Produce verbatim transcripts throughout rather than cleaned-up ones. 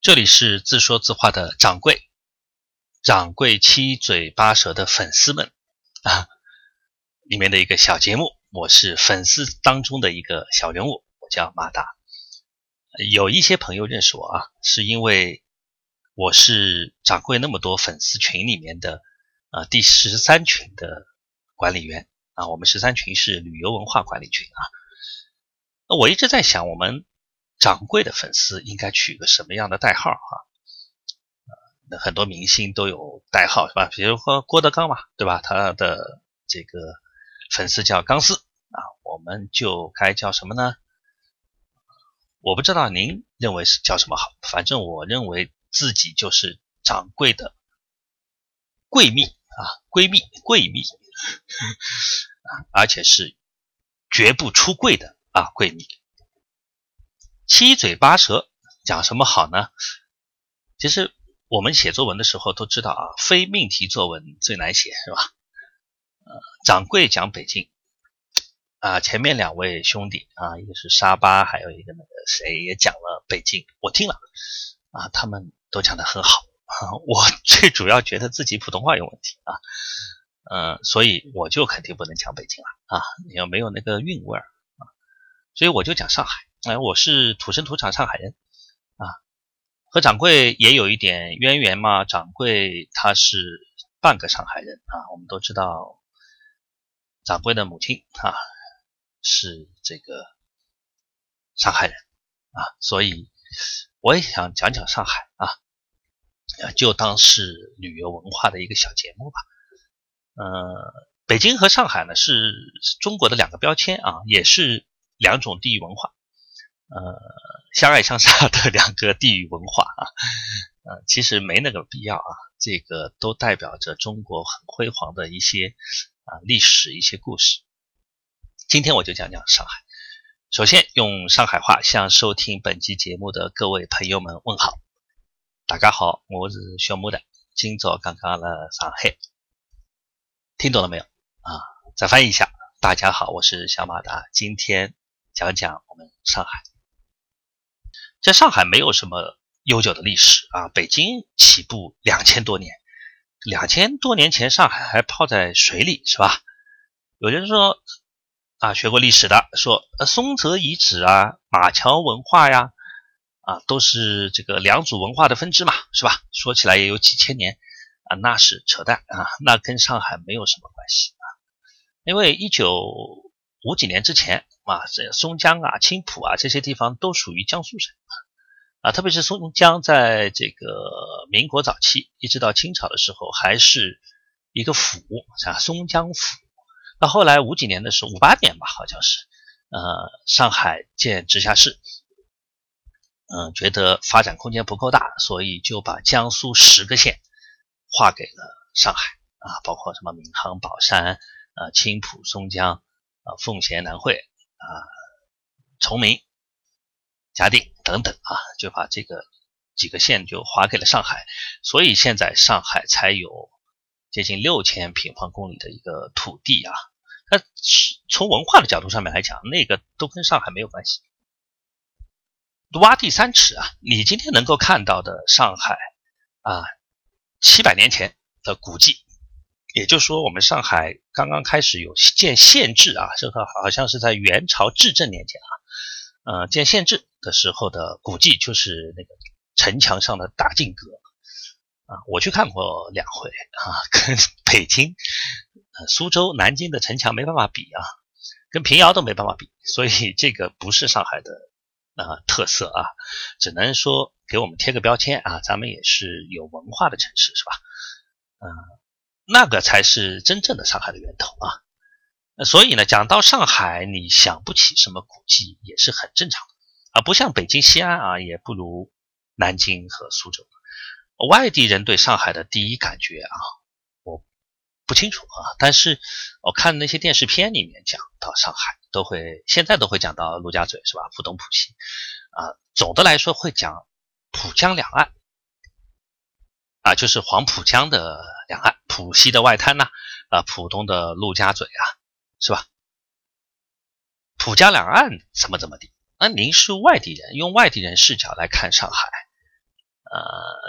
这里是自说自话的掌柜，掌柜七嘴八舌的粉丝们啊，里面的一个小节目，我是粉丝当中的一个小人物，我叫马达。有一些朋友认识我啊，是因为我是掌柜那么多粉丝群里面的呃第十三群的管理员啊，我们十三群是旅游文化管理群啊。我一直在想，我们掌柜的粉丝应该取个什么样的代号啊？呃，很多明星都有代号是吧？比如说郭德纲嘛，对吧？他的这个粉丝叫钢丝啊，我们就该叫什么呢？我不知道您认为是叫什么好，反正我认为自己就是掌柜的闺蜜啊，闺蜜闺蜜啊，而且是绝不出柜的啊闺蜜。七嘴八舌讲什么好呢？其实我们写作文的时候都知道啊，非命题作文最难写是吧？呃，掌柜讲北京啊，前面两位兄弟啊，一个是沙巴，还有一个那个谁也讲了北京，我听了啊，他们都讲得很好啊，我最主要觉得自己普通话有问题啊，呃，所以我就肯定不能讲北京了啊，你要没有那个韵味儿啊，所以我就讲上海。哎，我是土生土长上海人啊，和掌柜也有一点渊源嘛。掌柜他是半个上海人啊，我们都知道掌柜的母亲啊是这个上海人啊，所以我也想讲讲上海啊，就当是旅游文化的一个小节目吧。呃，北京和上海呢是中国的两个标签啊，也是两种地域文化。呃，相爱相杀的两个地域文化啊，呃，其实没那个必要啊，这个都代表着中国很辉煌的一些啊历史一些故事。今天我就讲讲上海。首先用上海话向收听本期节目的各位朋友们问好。大家好，我是小木的，今早刚刚了上海。听懂了没有啊？再翻译一下。大家好，我是小马达，今天讲讲我们上海。在上海没有什么悠久的历史啊，北京起步两千多年，两千多年前上海还泡在水里是吧？有人说啊，学过历史的说，呃，松泽遗址啊，马桥文化呀，啊，都是这个良渚文化的分支嘛，是吧？说起来也有几千年啊，那是扯淡啊，那跟上海没有什么关系啊，因为一九五几年之前啊，这松江啊、青浦啊这些地方都属于江苏省啊，特别是松江在这个民国早期一直到清朝的时候还是一个府啊，松江府。到后来五几年的时候，五八年吧，好像是，呃，上海建直辖市，嗯、呃，觉得发展空间不够大，所以就把江苏十个县划给了上海啊，包括什么闵行、宝山、呃青浦、松江、呃奉贤、南汇啊、崇明、嘉定等等啊，就把这个几个县就划给了上海，所以现在上海才有接近六千平方公里的一个土地啊。那从文化的角度上面来讲，那个都跟上海没有关系。挖地三尺啊，你今天能够看到的上海啊，七百年前的古迹，也就是说我们上海刚刚开始有建县制啊，这个好像是在元朝至正年间啊，呃，建县制的时候的古迹就是那个城墙上的大镜阁啊，我去看过两回啊，跟北京、呃、苏州、南京的城墙没办法比啊，跟平遥都没办法比，所以这个不是上海的啊特色啊，只能说给我们贴个标签啊，咱们也是有文化的城市是吧？嗯、呃，那个才是真正的上海的源头啊。所以呢，讲到上海，你想不起什么古迹也是很正常的啊，不像北京、西安啊，也不如南京和苏州。外地人对上海的第一感觉啊，我不清楚啊，但是我看那些电视片里面讲到上海，都会现在都会讲到陆家嘴是吧？浦东、浦西啊，总的来说会讲浦江两岸啊，就是黄浦江的两岸，浦西的外滩呐、啊，啊，浦东的陆家嘴啊，是吧？浦江两岸怎么怎么地？那您是外地人，用外地人视角来看上海，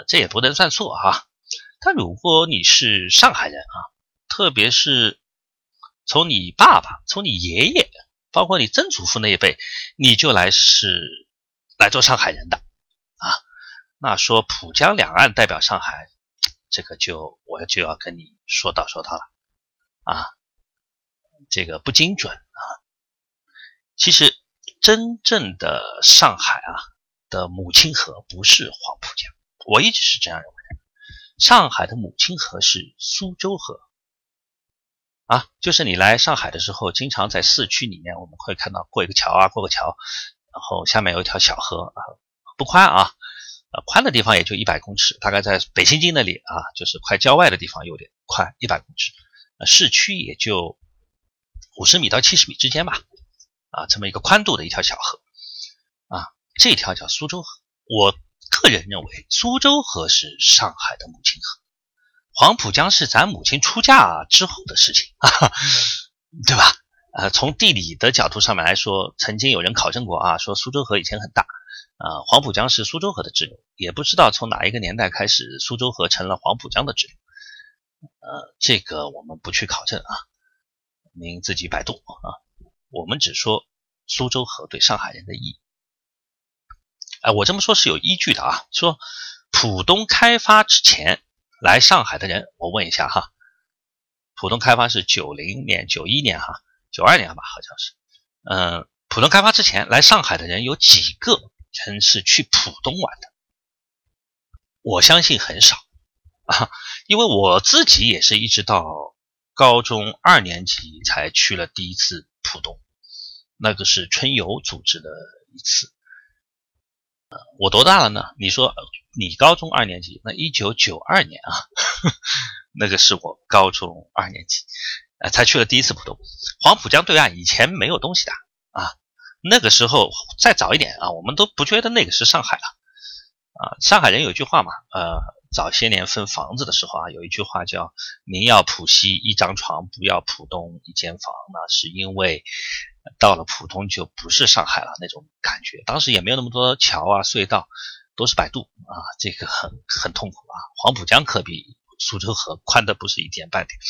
这也不能算错哈。但如果你是上海人啊，特别是从你爸爸、从你爷爷，包括你曾祖父那一辈，你就来是来做上海人的啊，那说浦江两岸代表上海，这个就我就要跟你说道说道了啊，这个不精准啊。其实真正的上海啊的母亲河不是黄浦江，我一直是这样认为的。上海的母亲河是苏州河啊，就是你来上海的时候，经常在市区里面我们会看到过一个桥啊，过个桥，然后下面有一条小河啊，不宽啊，呃，宽的地方也就一百公尺，大概在北新泾那里啊，就是快郊外的地方有点宽，一百公尺，呃，市区也就五十米到七十米之间吧，啊，这么一个宽度的一条小河啊，这条叫苏州河。我个人认为苏州河是上海的母亲河，黄浦江是咱母亲出嫁之后的事情，哈哈，对吧？呃，从地理的角度上面来说，曾经有人考证过啊，说苏州河以前很大，啊、呃，黄浦江是苏州河的支流，也不知道从哪一个年代开始，苏州河成了黄浦江的支流，呃，这个我们不去考证啊，您自己百度啊。我们只说苏州河对上海人的意义。哎、呃，我这么说是有依据的啊，说浦东开发之前来上海的人，我问一下哈，浦东开发是九零年、九一年哈，九二年吧，好像是。嗯、呃，浦东开发之前来上海的人有几个人是去浦东玩的？我相信很少啊，因为我自己也是一直到高中二年级才去了第一次浦东，那个是春游组织的一次。呃，我多大了呢？你说你高中二年级，那一九九二年啊，呵呵，那个是我高中二年级，呃，才去了第一次浦东。黄浦江对岸以前没有东西的啊，那个时候再早一点啊，我们都不觉得那个是上海了啊。上海人有一句话嘛，呃，早些年分房子的时候啊，有一句话叫"宁要浦西一张床，不要浦东一间房"，那是因为到了浦东就不是上海了那种感觉，当时也没有那么多桥啊隧道，都是摆渡啊，这个很很痛苦啊。黄浦江可比苏州河宽的不是一点半点。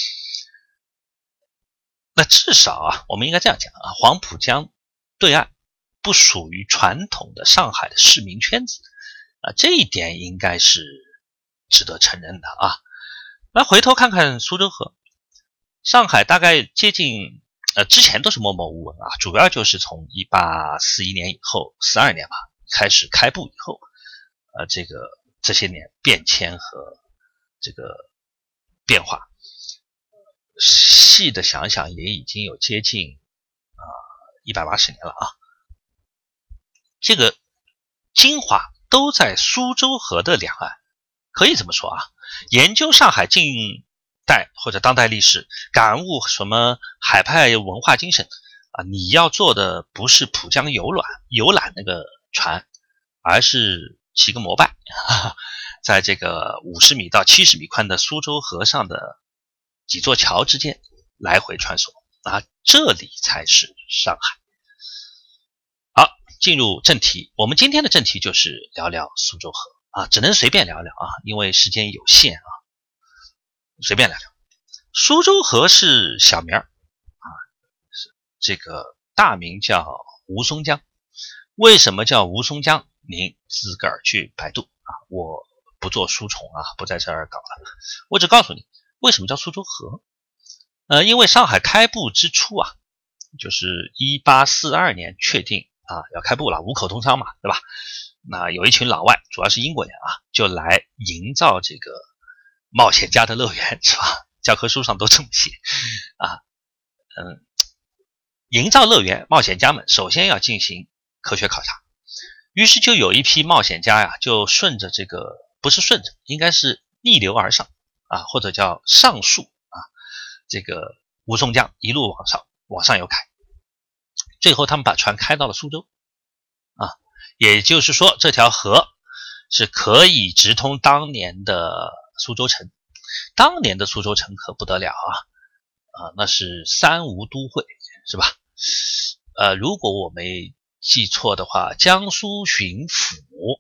那至少啊，我们应该这样讲啊，黄浦江对岸不属于传统的上海的市民圈子啊，这一点应该是值得承认的啊。那回头看看苏州河，上海大概接近呃，之前都是默默无闻啊，主要就是从一八四一年以后，四二年吧，开始开埠以后，呃，这个这些年变迁和这个变化，细的想想也已经有接近啊一百八十年了啊。这个精华都在苏州河的两岸，可以这么说啊。研究上海近代或者当代历史，感悟什么海派文化精神啊，你要做的不是浦江游览游览那个船，而是骑个摩拜，哈哈，在这个五十米到七十米宽的苏州河上的几座桥之间来回穿梭啊，这里才是上海。好，进入正题，我们今天的正题就是聊聊苏州河啊，只能随便聊聊啊，因为时间有限啊，随便聊聊。苏州河是小名儿啊，是这个大名叫吴淞江。为什么叫吴淞江？您自个儿去百度啊，我不做书虫啊，不在这儿搞了。我只告诉你为什么叫苏州河。呃，因为上海开埠之初啊，就是一八四二年确定啊要开埠了，五口通商嘛，对吧？那有一群老外，主要是英国人啊，就来营造这个冒险家的乐园，是吧？教科书上都这么写啊。嗯，营造乐园，冒险家们首先要进行科学考察，于是就有一批冒险家呀，就顺着这个不是顺着，应该是逆流而上啊，或者叫上溯啊，这个吴淞江一路往上往上游开，最后他们把船开到了苏州啊，也就是说这条河是可以直通当年的苏州城。当年的苏州城可不得了啊，啊，那是三吴都会，是吧？呃，如果我没记错的话，江苏巡抚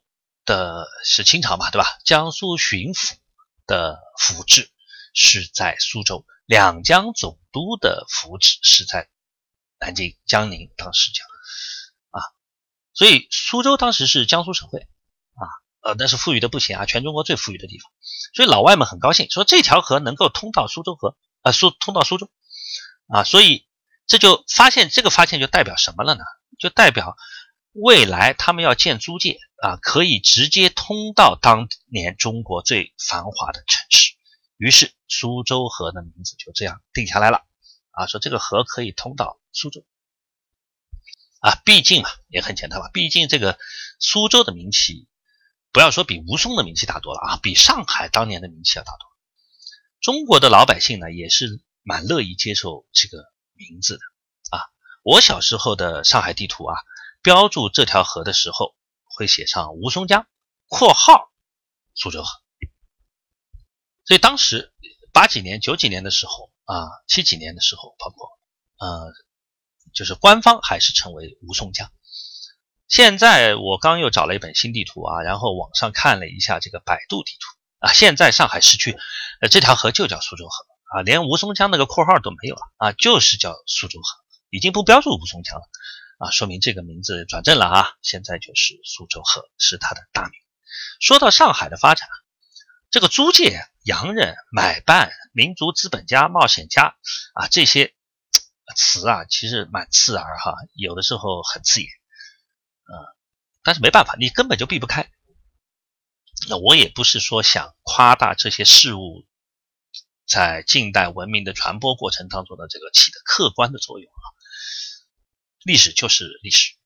的是清朝嘛，对吧？江苏巡抚的府治是在苏州，两江总督的府治是在南京、江宁，当时讲啊，所以苏州当时是江苏省会啊，呃，那是富裕的不行啊，全中国最富裕的地方，所以老外们很高兴，说这条河能够通到苏州河，呃，苏通到苏州啊，所以这就发现这个发现就代表什么了呢？就代表未来他们要建租界啊，可以直接通到当年中国最繁华的城市。于是苏州河的名字就这样定下来了啊，说这个河可以通到苏州啊，毕竟嘛也很简单吧，毕竟这个苏州的名气，不要说比吴淞的名气大多了啊，比上海当年的名气要大多了。中国的老百姓呢也是蛮乐意接受这个名字的啊。我小时候的上海地图啊，标注这条河的时候会写上吴淞江括号苏州河，所以当时八几年九几年的时候啊，七几年的时候，包括呃就是官方还是称为吴淞江。现在我刚又找了一本新地图啊，然后网上看了一下这个百度地图啊，现在上海市区呃这条河就叫苏州河啊，连吴淞江那个括号都没有了啊，就是叫苏州河，已经不标注吴淞江了啊，说明这个名字转正了啊，现在就是苏州河是它的大名。说到上海的发展，这个租界、洋人、买办、民族资本家、冒险家啊，这些词啊其实蛮刺耳哈，有的时候很刺眼，呃，但是没办法，你根本就避不开。那我也不是说想夸大这些事物在近代文明的传播过程当中的这个起的客观的作用啊，历史就是历史。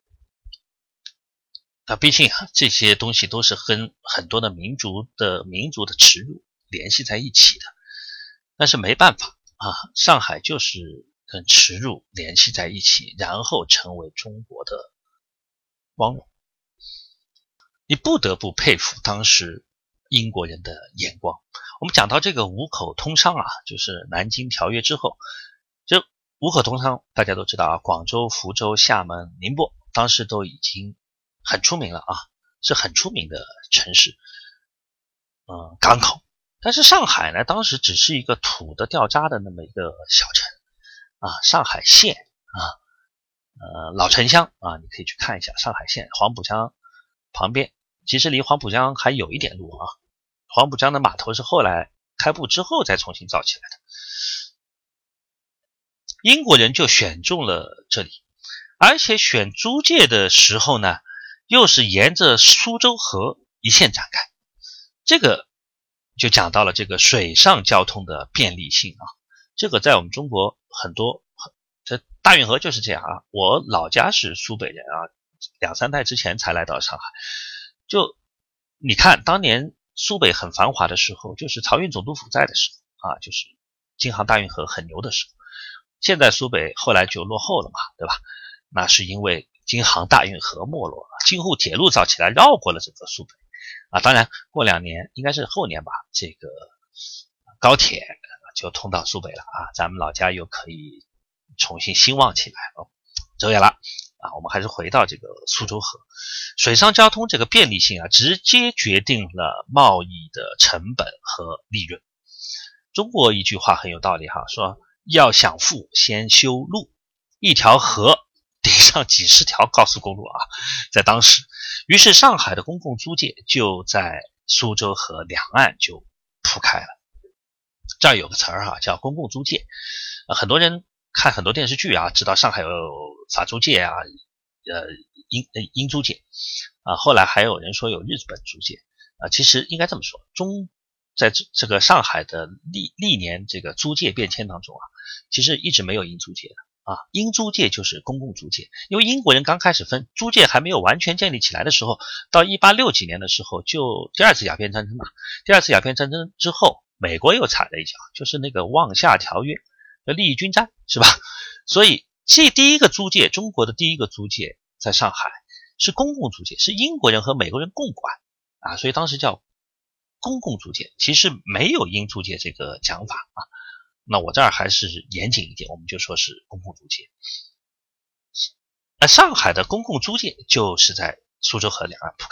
那毕竟啊，这些东西都是跟很多的民族的民族的耻辱联系在一起的，但是没办法啊，上海就是跟耻辱联系在一起，然后成为中国的光荣。你不得不佩服当时英国人的眼光。我们讲到这个五口通商啊，就是南京条约之后，就五口通商大家都知道啊，广州、福州、厦门、宁波当时都已经很出名了啊，是很出名的城市，嗯，港口。但是上海呢，当时只是一个土的掉渣的那么一个小城啊，上海县啊，呃，老城乡啊，你可以去看一下上海县黄浦江旁边，其实离黄浦江还有一点路啊。黄浦江的码头是后来开埠之后再重新造起来的。英国人就选中了这里，而且选租界的时候呢，又是沿着苏州河一线展开，这个就讲到了这个水上交通的便利性啊。这个在我们中国很多，这大运河就是这样啊。我老家是苏北人啊，两三代之前才来到上海。就你看，当年苏北很繁华的时候，就是漕运总督府在的时候啊，就是京杭大运河很牛的时候。现在苏北后来就落后了嘛，对吧？那是因为京杭大运河没落了，京沪铁路造起来绕过了整个苏北啊。当然过两年应该是后年吧，这个高铁就通到苏北了啊，咱们老家又可以重新兴旺起来了。走远了啊，我们还是回到这个苏州河。水上交通这个便利性啊，直接决定了贸易的成本和利润。中国一句话很有道理哈，说要想富先修路，一条河顶上几十条高速公路啊，在当时。于是上海的公共租界就在苏州河两岸就铺开了。这儿有个词儿哈，叫公共租界。呃、很多人看很多电视剧啊，知道上海有法租界啊，呃英英租界啊，后来还有人说有日本租界啊。其实应该这么说，中在这个上海的历历年这个租界变迁当中啊，其实一直没有英租界的啊。英租界就是公共租界，因为英国人刚开始分租界还没有完全建立起来的时候，到一八六几年的时候，就第二次鸦片战争嘛。第二次鸦片战争之后，美国又踩了一脚，就是那个望厦条约的利益均沾，是吧？所以这第一个租界，中国的第一个租界在上海是公共租界，是英国人和美国人共管啊，所以当时叫公共租界，其实没有英租界这个讲法啊。那我这儿还是严谨一点，我们就说是公共租界。那上海的公共租界就是在苏州河两岸铺开的，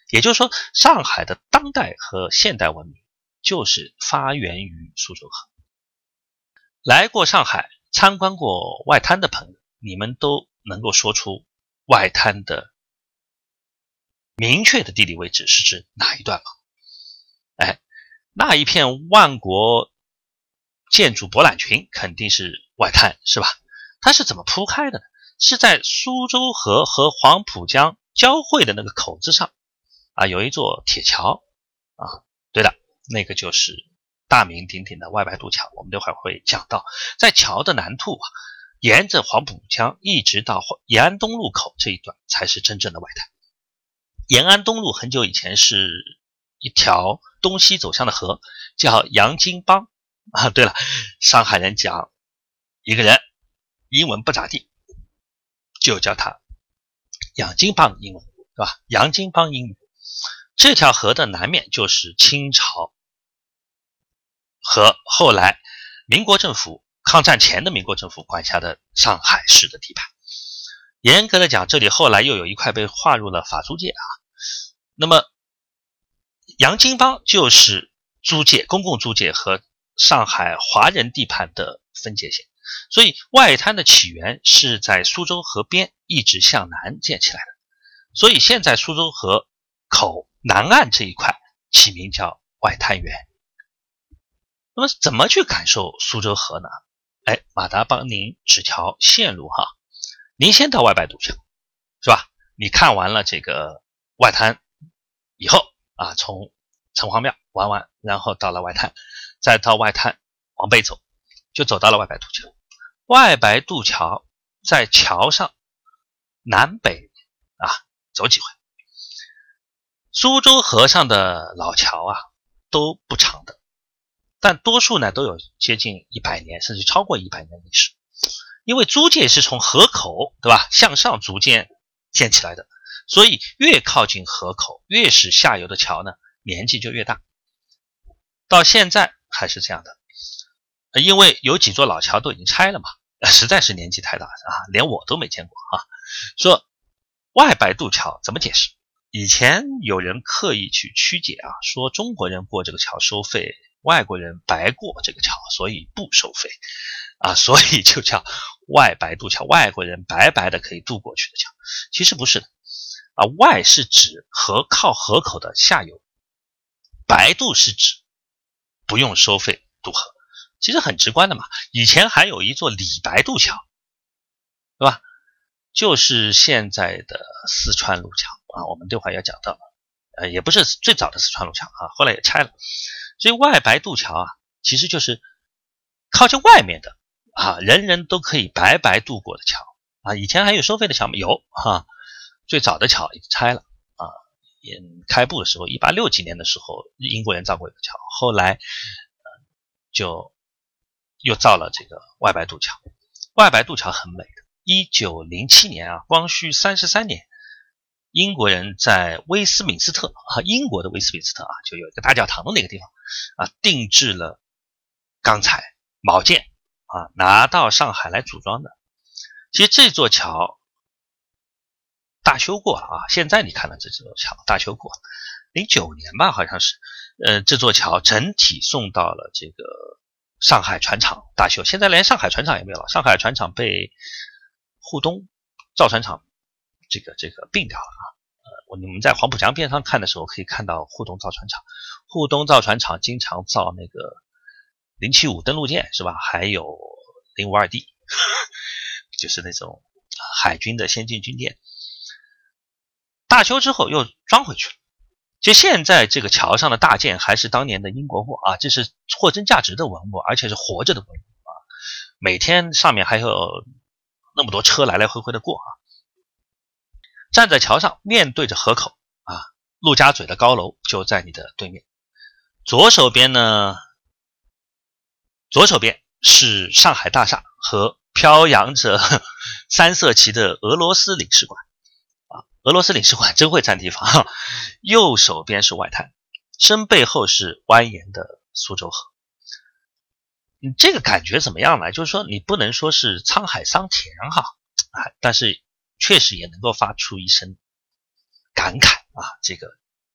也就是说，上海的当代和现代文明就是发源于苏州河。来过上海参观过外滩的朋友，你们都能够说出外滩的明确的地理位置是指哪一段吗？哎，那一片万国建筑博览群肯定是外滩，是吧？它是怎么铺开的呢？是在苏州河和黄浦江交汇的那个口子上啊，有一座铁桥啊，对的，那个就是大名鼎鼎的外白渡桥。我们待会儿会讲到，在桥的南处啊，沿着黄浦江一直到延安东路口这一段才是真正的外滩。延安东路很久以前是一条东西走向的河，叫洋泾浜啊。对了，上海人讲一个人英文不咋地，就叫他洋泾浜英文，对吧？洋泾浜英语。这条河的南面就是清朝和后来民国政府抗战前的民国政府管辖的上海市的地盘。严格的讲，这里后来又有一块被划入了法租界啊。那么洋泾浜就是租界，公共租界和上海华人地盘的分界线，所以外滩的起源是在苏州河边一直向南建起来的，所以现在苏州河口南岸这一块起名叫外滩源。那么怎么去感受苏州河呢？哎，马达帮您指条线路哈。您先到外白渡桥，是吧？你看完了这个外滩以后啊，从城隍庙玩完，然后到了外滩，再到外滩往北走，就走到了外白渡桥。外白渡桥在桥上南北啊走几回。苏州河上的老桥啊都不长的，但多数呢都有接近一百年甚至超过一百年历史。因为租界是从河口，对吧，向上逐渐建起来的，所以越靠近河口，越是下游的桥呢年纪就越大。到现在还是这样的，因为有几座老桥都已经拆了嘛，实在是年纪太大啊，连我都没见过啊。说外白渡桥怎么解释？以前有人刻意去曲解啊，说中国人过这个桥收费，外国人白过这个桥，所以不收费啊，所以就叫外白渡桥，外国人白白的可以渡过去的桥。其实不是的啊，外是指河靠河口的下游，白渡是指不用收费渡河。其实很直观的嘛，以前还有一座李白渡桥，对吧？就是现在的四川路桥啊，我们这会儿要讲到，呃，也不是最早的四川路桥啊，后来也拆了。所以外白渡桥啊，其实就是靠近外面的啊，人人都可以白白渡过的桥啊。以前还有收费的桥吗？有哈、啊，最早的桥已经拆了啊。也开埠的时候，一八六几年的时候，英国人造过一个桥，后来、呃、就又造了这个外白渡桥。外白渡桥很美的。一九零七年啊，光绪三十三年，英国人在威斯敏斯特啊，英国的威斯敏斯特啊，就有一个大教堂的那个地方啊，定制了钢材铆件啊，拿到上海来组装的。其实这座桥大修过了啊，现在你看到这座桥大修过，零九年吧，好像是，呃，这座桥整体送到了这个上海船厂大修，现在连上海船厂也没有了，上海船厂被沪东造船厂这个这个并掉了啊。呃，你们在黄浦江边上看的时候，可以看到沪东造船厂。沪东造船厂经常造那个零七五登陆舰，是吧？还有零五二 D， 就是那种海军的先进军舰。大修之后又装回去了。其实现在这个桥上的大舰还是当年的英国货啊，这是货真价实的文物，而且是活着的文物啊。每天上面还有那么多车来来回回的过啊。站在桥上面对着河口啊，陆家嘴的高楼就在你的对面。左手边呢，左手边是上海大厦和飘扬着三色旗的俄罗斯领事馆啊，俄罗斯领事馆真会占地方。右手边是外滩，身背后是蜿蜒的苏州河。你这个感觉怎么样呢？就是说你不能说是沧海桑田哈啊，但是确实也能够发出一声感慨啊，这个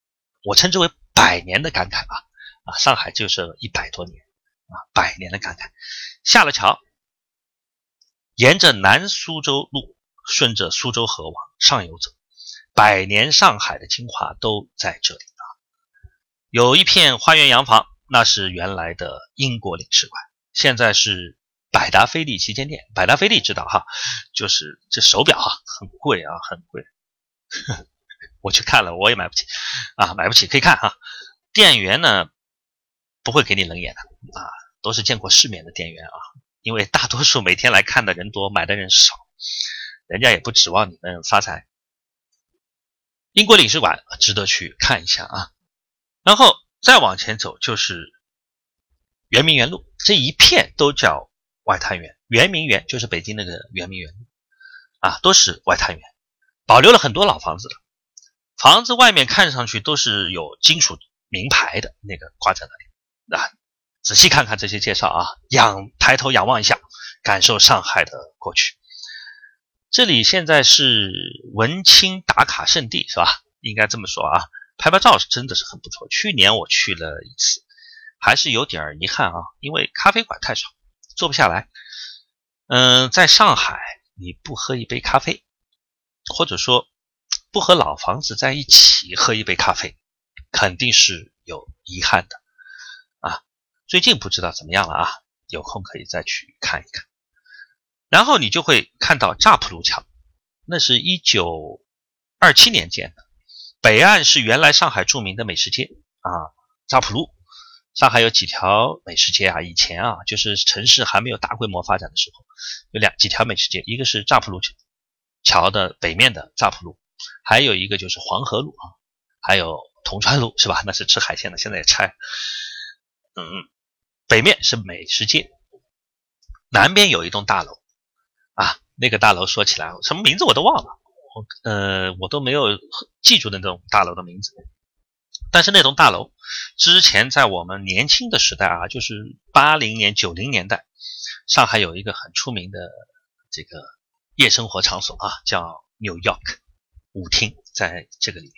我称之为百年的感慨吧。啊，上海就是一百多年啊，百年的感慨。下了桥，沿着南苏州路，顺着苏州河往上游走，百年上海的精华都在这里啊。有一片花园洋房，那是原来的英国领事馆，现在是百达翡丽旗舰店。百达翡丽知道哈，就是这手表啊，很贵啊，很贵。我去看了，我也买不起啊，买不起，可以看哈。店员呢不会给你冷眼的啊，都是见过世面的店员啊，因为大多数每天来看的人多，买的人少，人家也不指望你们发财。英国领事馆值得去看一下啊。然后再往前走就是圆明园路，这一片都叫外滩园。圆明园就是北京那个圆明园路啊，都是外滩园，保留了很多老房子的，房子外面看上去都是有金属名牌的那个挂在那里啊，仔细看看这些介绍啊，仰抬头仰望一下，感受上海的过去。这里现在是文青打卡圣地是吧？应该这么说啊，拍拍照是真的是很不错。去年我去了一次，还是有点遗憾啊，因为咖啡馆太少，坐不下来。嗯、呃，在上海你不喝一杯咖啡，或者说不和老房子在一起喝一杯咖啡，肯定是有遗憾的啊。最近不知道怎么样了啊，有空可以再去看一看。然后你就会看到乍浦路桥，那是一九二七年建的。北岸是原来上海著名的美食街啊，乍浦路。上海有几条美食街啊，以前啊，就是城市还没有大规模发展的时候，有两几条美食街，一个是乍浦路桥的北面的乍浦路，还有一个就是黄河路啊，还有铜川路是吧？那是吃海鲜的，现在也拆。嗯，北面是美食街，南边有一栋大楼啊，那个大楼说起来什么名字我都忘了，我呃我都没有记住那栋大楼的名字。但是那栋大楼之前在我们年轻的时代啊，就是八零年九零年代，上海有一个很出名的这个夜生活场所啊，叫 New York 舞厅，在这个里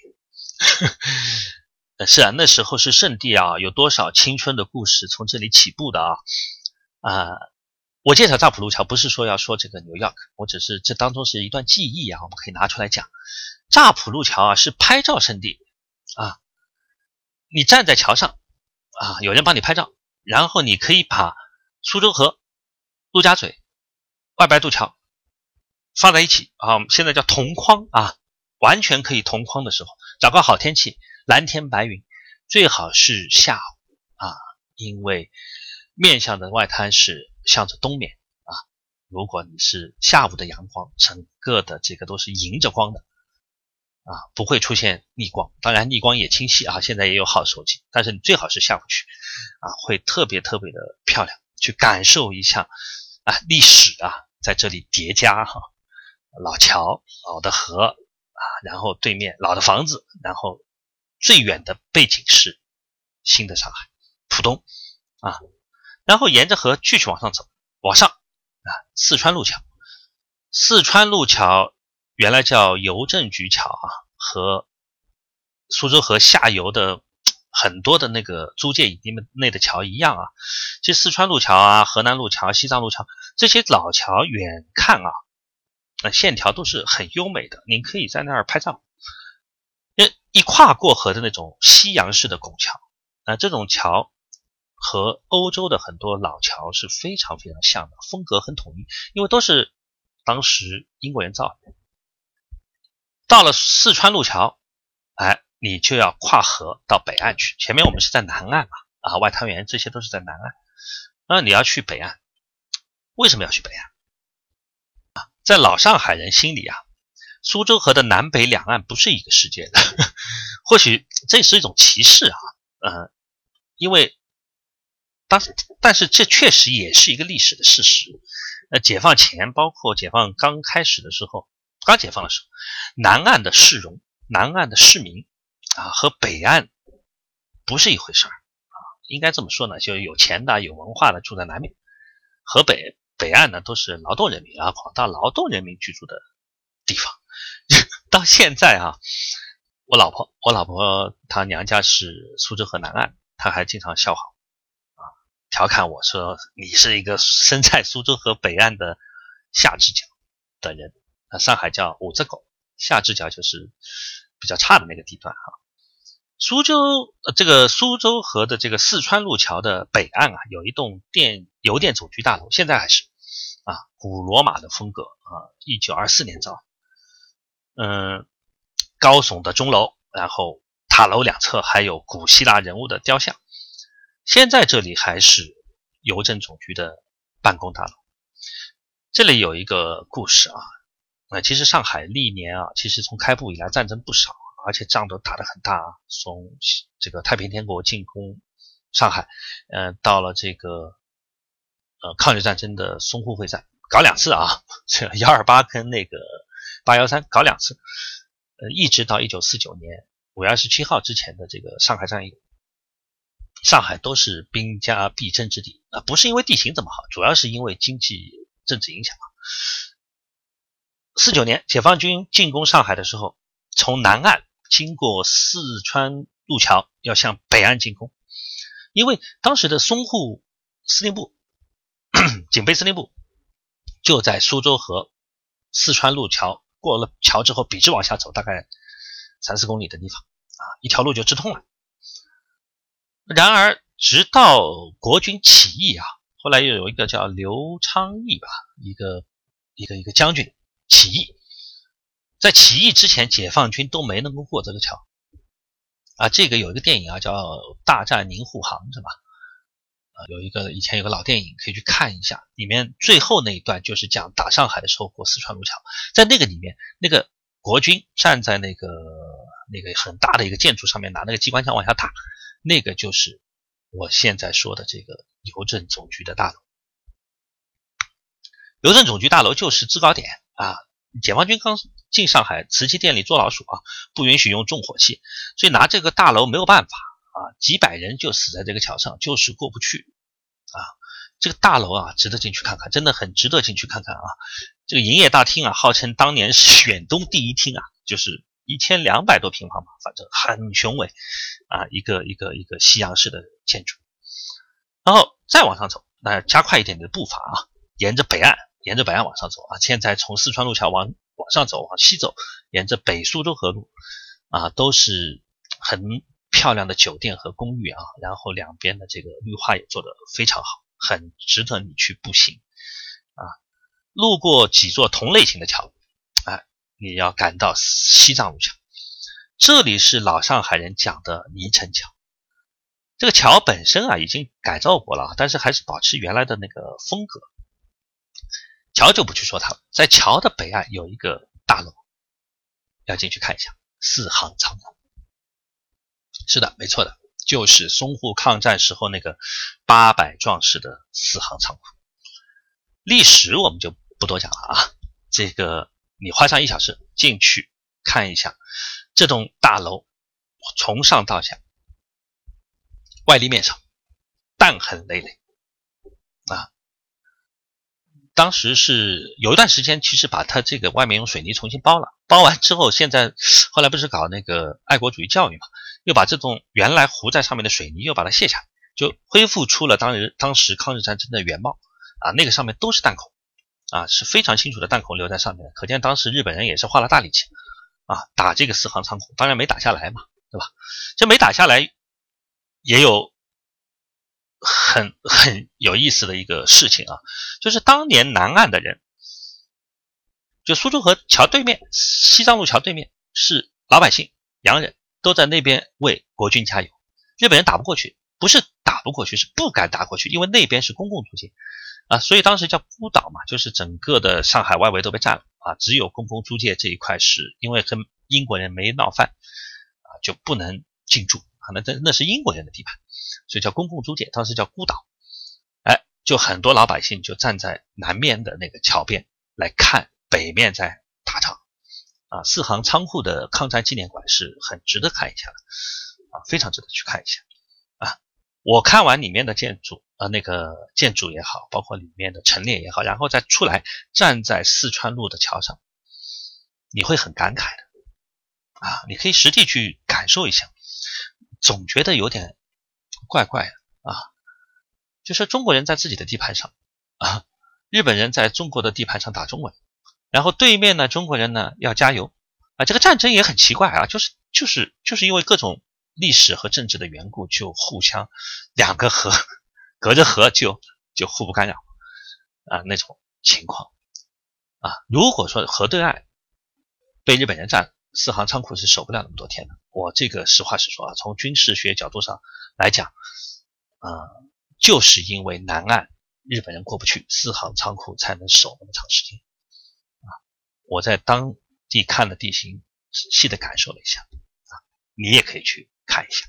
面。是啊，那时候是圣地啊，有多少青春的故事从这里起步的啊啊！我介绍乍浦路桥不是说要说这个 New York， 我只是这当中是一段记忆啊，我们可以拿出来讲。乍浦路桥啊是拍照圣地啊，你站在桥上啊，有人帮你拍照，然后你可以把苏州河、陆家嘴、外白渡桥放在一起啊，现在叫同框啊，完全可以同框的时候，找个好天气，蓝天白云，最好是下午啊，因为面向的外滩是向着东面啊，如果你是下午的阳光，整个的这个都是迎着光的啊，不会出现逆光，当然逆光也清晰啊，现在也有好手机，但是你最好是下午去啊，会特别特别的漂亮，去感受一下啊历史啊在这里叠加哈、啊，老桥、老的河啊，然后对面老的房子，然后最远的背景是新的上海浦东啊，然后沿着河继续往上走，往上啊，四川路桥，四川路桥原来叫邮政局桥啊，和苏州河下游的很多的那个租界以内的桥一样啊。其实四川路桥啊、河南路桥、西藏路桥这些老桥远看啊，呃、线条都是很优美的，您可以在那儿拍照。一跨过河的那种西洋式的拱桥啊，这种桥和欧洲的很多老桥是非常非常像的，风格很统一，因为都是当时英国人造的。到了四川路桥，哎，你就要跨河到北岸去。前面我们是在南岸嘛，啊，外滩园这些都是在南岸。那你要去北岸，为什么要去北岸？啊，在老上海人心里啊，苏州河的南北两岸不是一个世界的，或许这是一种歧视啊，呃，因为当但是这确实也是一个历史的事实。呃，解放前，包括解放刚开始的时候，刚解放的时候，南岸的市容、南岸的市民啊，和北岸不是一回事儿啊。应该这么说呢，就有钱的、有文化的住在南面，河北北岸呢都是劳动人民啊，广大劳动人民居住的地方。到现在啊， 我老婆，我老婆她娘家是苏州河南岸，她还经常笑话啊，调侃我说你是一个身在苏州河北岸的下支角的人，啊，上海叫五只狗，下支角就是比较差的那个地段哈。苏州呃这个苏州河的这个四川路桥的北岸啊，有一栋电邮电总局大楼，现在还是啊，古罗马的风格啊，一九二四年造，嗯，高耸的钟楼，然后塔楼两侧还有古希腊人物的雕像。现在这里还是邮政总局的办公大楼。这里有一个故事啊，呃，其实上海历年啊，其实从开埠以来战争不少，而且仗都打得很大啊。从这个太平天国进攻上海，呃，到了这个呃抗日战争的淞沪会战，搞两次啊，这一二八跟那个八一三搞两次，呃，一直到一九四九年五月二十七号之前的这个上海战役，上海都是兵家必争之地啊，不是因为地形怎么好，主要是因为经济政治影响。四九年解放军进攻上海的时候，从南岸经过四川路桥要向北岸进攻，因为当时的淞沪司令部警备司令部就在苏州河四川路桥，过了桥之后笔直往下走大概三四公里的地方啊，一条路就直通了。然而直到国军起义啊，后来又有一个叫刘昌义吧，一个一个一个将军起义，在起义之前解放军都没能够过这个桥啊。这个有一个电影啊叫大战宁沪杭是吧，啊，有一个以前有个老电影可以去看一下，里面最后那一段就是讲打上海的时候过四川路桥，在那个里面那个国军站在那个那个很大的一个建筑上面拿那个机关枪往下打，那个就是我现在说的这个邮政总局的大楼。邮政总局大楼就是制高点啊，解放军刚进上海，磁器店里做老鼠啊，不允许用重火器，所以拿这个大楼没有办法啊，几百人就死在这个桥上，就是过不去啊。这个大楼啊，值得进去看看，真的很值得进去看看啊。这个营业大厅啊，号称当年是远东第一厅啊，就是一千两百多平方吧，反正很雄伟啊，一个一个一个西洋式的建筑。然后再往上走，那加快一点的步伐啊，沿着北岸，沿着北岸往上走啊。现在从四川路桥往往上走，往西走，沿着北苏州河路啊，都是很漂亮的酒店和公寓啊。然后两边的这个绿化也做得非常好，很值得你去步行啊。路过几座同类型的桥，哎，你要赶到西藏路桥。这里是老上海人讲的泥城桥。这个桥本身啊已经改造过了，但是还是保持原来的那个风格。桥就不去说它了，在桥的北岸有一个大楼，要进去看一下，四行仓库。是的，没错的，就是淞沪抗战时候那个八百壮士的四行仓库。历史我们就不多讲了啊，这个你花上一小时进去看一下这栋大楼，从上到下外立面上弹痕累累啊。当时是有一段时间其实把它这个外面用水泥重新包了，包完之后现在后来不是搞那个爱国主义教育嘛，又把这种原来糊在上面的水泥又把它卸下来，就恢复出了当时当时抗日战争的原貌啊，那个上面都是弹孔啊，是非常清楚的弹孔留在上面的，可见当时日本人也是花了大力气啊，打这个四行仓库，当然没打下来嘛，对吧？这没打下来也有很很有意思的一个事情啊，就是当年南岸的人，就苏州河桥对面，西藏路桥对面是老百姓洋人，都在那边为国军加油。日本人打不过去，不是打不过去，是不敢打过去，因为那边是公共租界啊，所以当时叫孤岛嘛，就是整个的上海外围都被占了啊，只有公共租界这一块是因为跟英国人没闹翻啊，就不能进驻啊，那那是英国人的地盘，所以叫公共租界，当时叫孤岛。哎，就很多老百姓就站在南面的那个桥边来看北面在打仗啊。四行仓库的抗战纪念馆是很值得看一下的啊，非常值得去看一下啊。我看完里面的建筑呃，那个建筑也好，包括里面的陈列也好，然后再出来站在四川路的桥上，你会很感慨的啊，你可以实地去感受一下，总觉得有点怪怪的啊。就是中国人在自己的地盘上啊，日本人在中国的地盘上打中文，然后对面呢，中国人呢要加油啊。这个战争也很奇怪啊，就是就是就是因为各种历史和政治的缘故，就互相两个河隔着河就就互不干扰啊那种情况啊。如果说河对岸被日本人占，四行仓库是守不了那么多天的。我这个实话实说啊，从军事学角度上来讲，呃，就是因为南岸日本人过不去，四行仓库才能守那么长时间啊。我在当地看了地形，仔细的感受了一下啊，你也可以去看一下。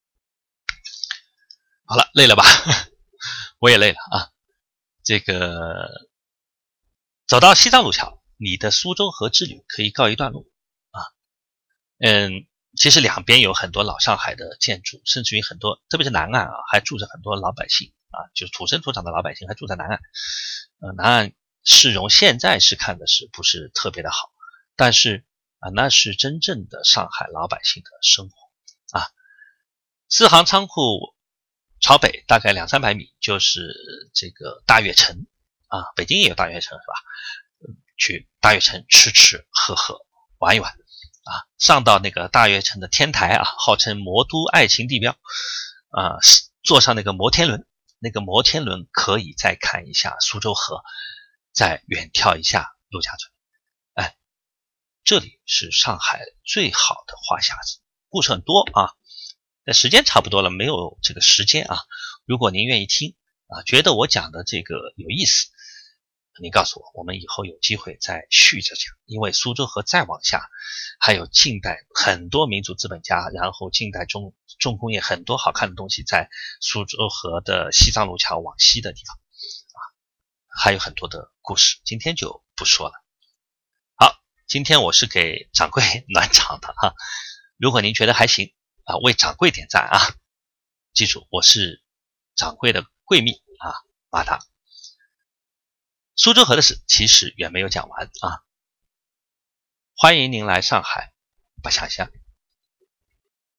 好了，累了吧？我也累了啊。这个走到西藏路桥，你的苏州河之旅可以告一段落啊。嗯，其实两边有很多老上海的建筑，甚至于很多，特别是南岸啊，还住着很多老百姓啊，就是土生土长的老百姓还住在南岸。呃，南岸市容现在是看的是不是特别的好，但是啊，那是真正的上海老百姓的生活啊。四行仓库朝北大概两三百米就是这个大悦城啊，北京也有大悦城是吧？去大悦城吃吃喝喝玩一玩啊，上到那个大悦城的天台啊，号称魔都爱情地标啊，坐上那个摩天轮，那个摩天轮可以再看一下苏州河，再远眺一下陆家嘴。哎，这里是上海最好的话匣子，故事很多啊。那时间差不多了，没有这个时间啊。如果您愿意听啊，觉得我讲的这个有意思，您告诉我，我们以后有机会再续着讲。因为苏州河再往下，还有近代很多民族资本家，然后近代重重工业很多好看的东西，在苏州河的西藏路桥往西的地方啊，还有很多的故事，今天就不说了。好，今天我是给掌柜暖场的哈、啊，如果您觉得还行啊，为掌柜点赞啊！记住，我是掌柜的闺蜜啊，马达。苏州河的事其实远没有讲完啊，欢迎您来上海，不想象。